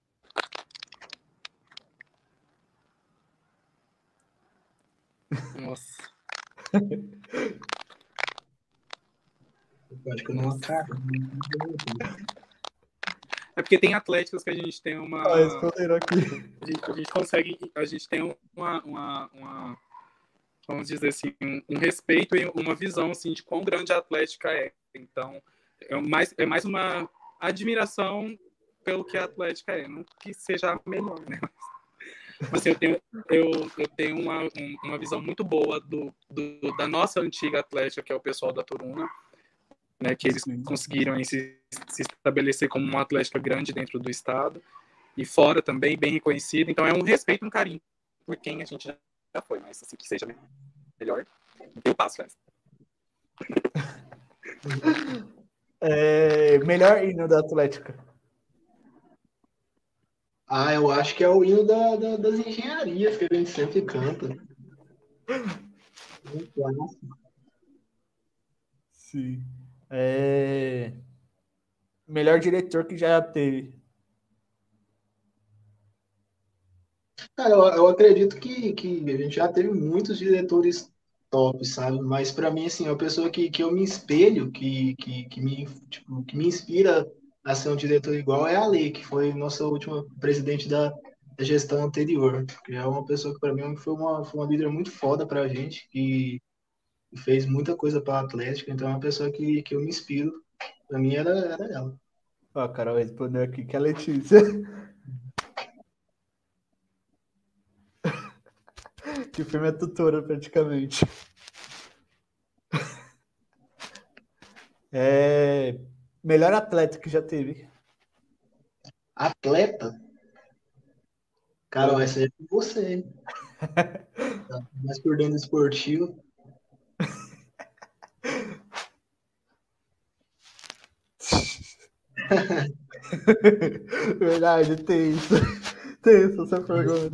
Nossa. Eu acho que eu não acabo. É porque tem atléticos que a gente tem uma. Responderam aqui. A gente consegue. A gente tem vamos dizer assim, um respeito e uma visão assim, de quão grande a Atlética é. Então, é mais uma admiração pelo que a Atlética é. Não que seja a melhor, né? Mas assim, eu tenho uma visão muito boa da nossa antiga Atlética, que é o pessoal da Turuna, né, que eles conseguiram se estabelecer como uma atlética grande dentro do estado e fora também, bem reconhecida. Então é um respeito e um carinho por quem a gente já foi, mas assim, que seja melhor, eu passo essa. Melhor hino da Atlética. Eu acho que é o hino das engenharias que a gente sempre canta. Muito clássico. Sim. Melhor diretor que já teve. Cara, eu acredito que a gente já teve muitos diretores top, sabe? Mas para mim, assim, é uma pessoa que eu me espelho, que me inspira a ser um diretor igual é a Lei, que foi nossa última presidente da gestão anterior. Que é uma pessoa que para mim foi uma líder muito foda pra gente, que fez muita coisa para a Atlética, então é uma pessoa que eu me inspiro. Para mim era ela. Ó, a Carol respondeu aqui que é a Letícia. Que foi minha tutora, praticamente. Melhor atleta que já teve. Atleta? Carol, essa aí é com você, hein? Tá mais por dentro do esportivo. Verdade, tem isso. Tem isso, essa pergunta.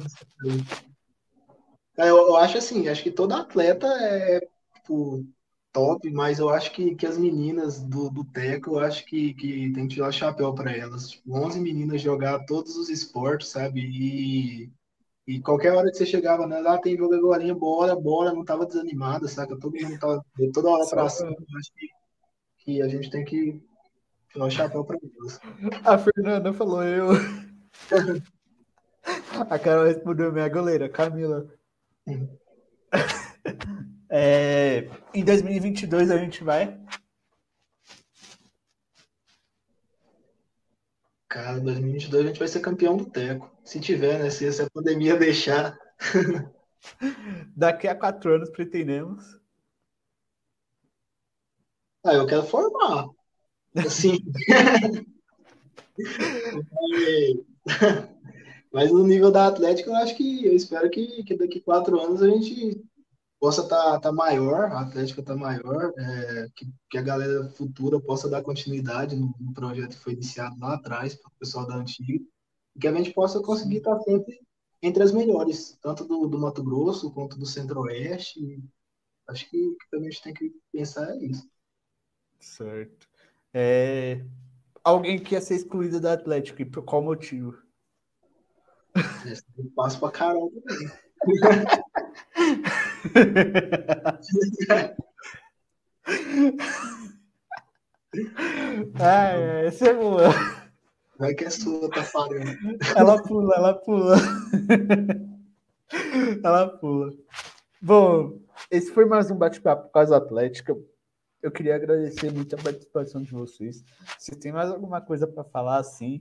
Eu acho assim, acho que todo atleta é tipo, top, mas eu acho que as meninas do Teco, eu acho que tem que tirar o chapéu para elas. Tipo, 11 meninas jogar todos os esportes, sabe? E qualquer hora que você chegava, né? Lá tem jogo agora, bora, não tava desanimada, saca? Todo mundo tava toda hora pra cima. Eu acho que a gente tem que tirar o chapéu para elas. A Fernanda falou eu. A Carol respondeu minha goleira, Camila. Em 2022 a gente vai? Cara, 2022 a gente vai ser campeão do Teco. Se tiver, né? Se a pandemia deixar. Daqui a 4 anos pretendemos. Ah, eu quero formar. Assim. Mas no nível da Atlética, eu espero que daqui 4 anos a gente possa tá maior, a Atlética tá maior, que a galera futura possa dar continuidade no projeto que foi iniciado lá atrás, para o pessoal da antiga, e que a gente possa conseguir estar sempre entre as melhores, tanto do Mato Grosso quanto do Centro-Oeste. Acho que o que a gente tem que pensar é isso. Certo. Alguém que ia ser excluído da Atlética, e por qual motivo? Eu passo para Carol também. Essa é boa. Vai que é sua, tá falando. Ela pula. Ela pula. Bom, esse foi mais um bate-papo com as Atlética. Eu queria agradecer muito a participação de vocês. Se tem mais alguma coisa para falar, assim?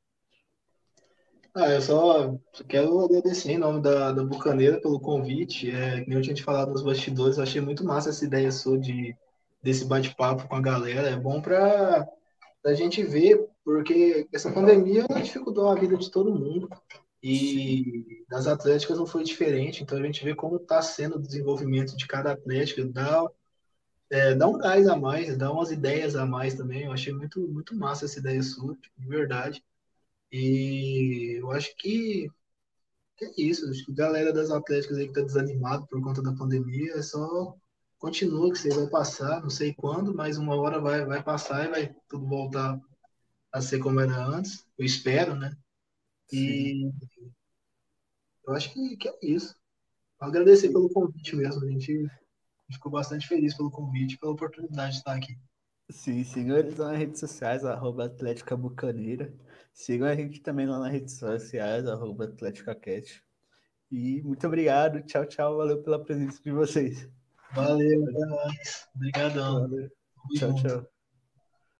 Eu só quero agradecer em nome da Bucaneira pelo convite. Que nem eu tinha te falado nos bastidores, eu achei muito massa essa ideia sua desse bate-papo com a galera. É bom para a gente ver, porque essa pandemia dificultou a vida de todo mundo. E das atléticas não foi diferente. Então a gente vê como está sendo o desenvolvimento de cada atlética, dá um gás a mais, dá umas ideias a mais também. Eu achei muito massa essa ideia sua, tipo, de verdade. E eu acho que é isso. Acho que a galera das atléticas aí que tá desanimado por conta da pandemia, é só continua que você vai passar, não sei quando, mas uma hora vai passar e vai tudo voltar a ser como era antes. Eu espero, né? Sim. E eu acho que é isso. Agradecer pelo convite mesmo. A gente ficou bastante feliz pelo convite, pela oportunidade de estar aqui. Sim, sigam nas redes sociais, @Atlética Bucaneira. Sigam a gente também lá nas redes sociais, @AtléticaCast. E muito obrigado. Tchau, tchau. Valeu pela presença de vocês. Valeu, até mais. Obrigadão. Valeu. Tamo Tchau, junto. tchau.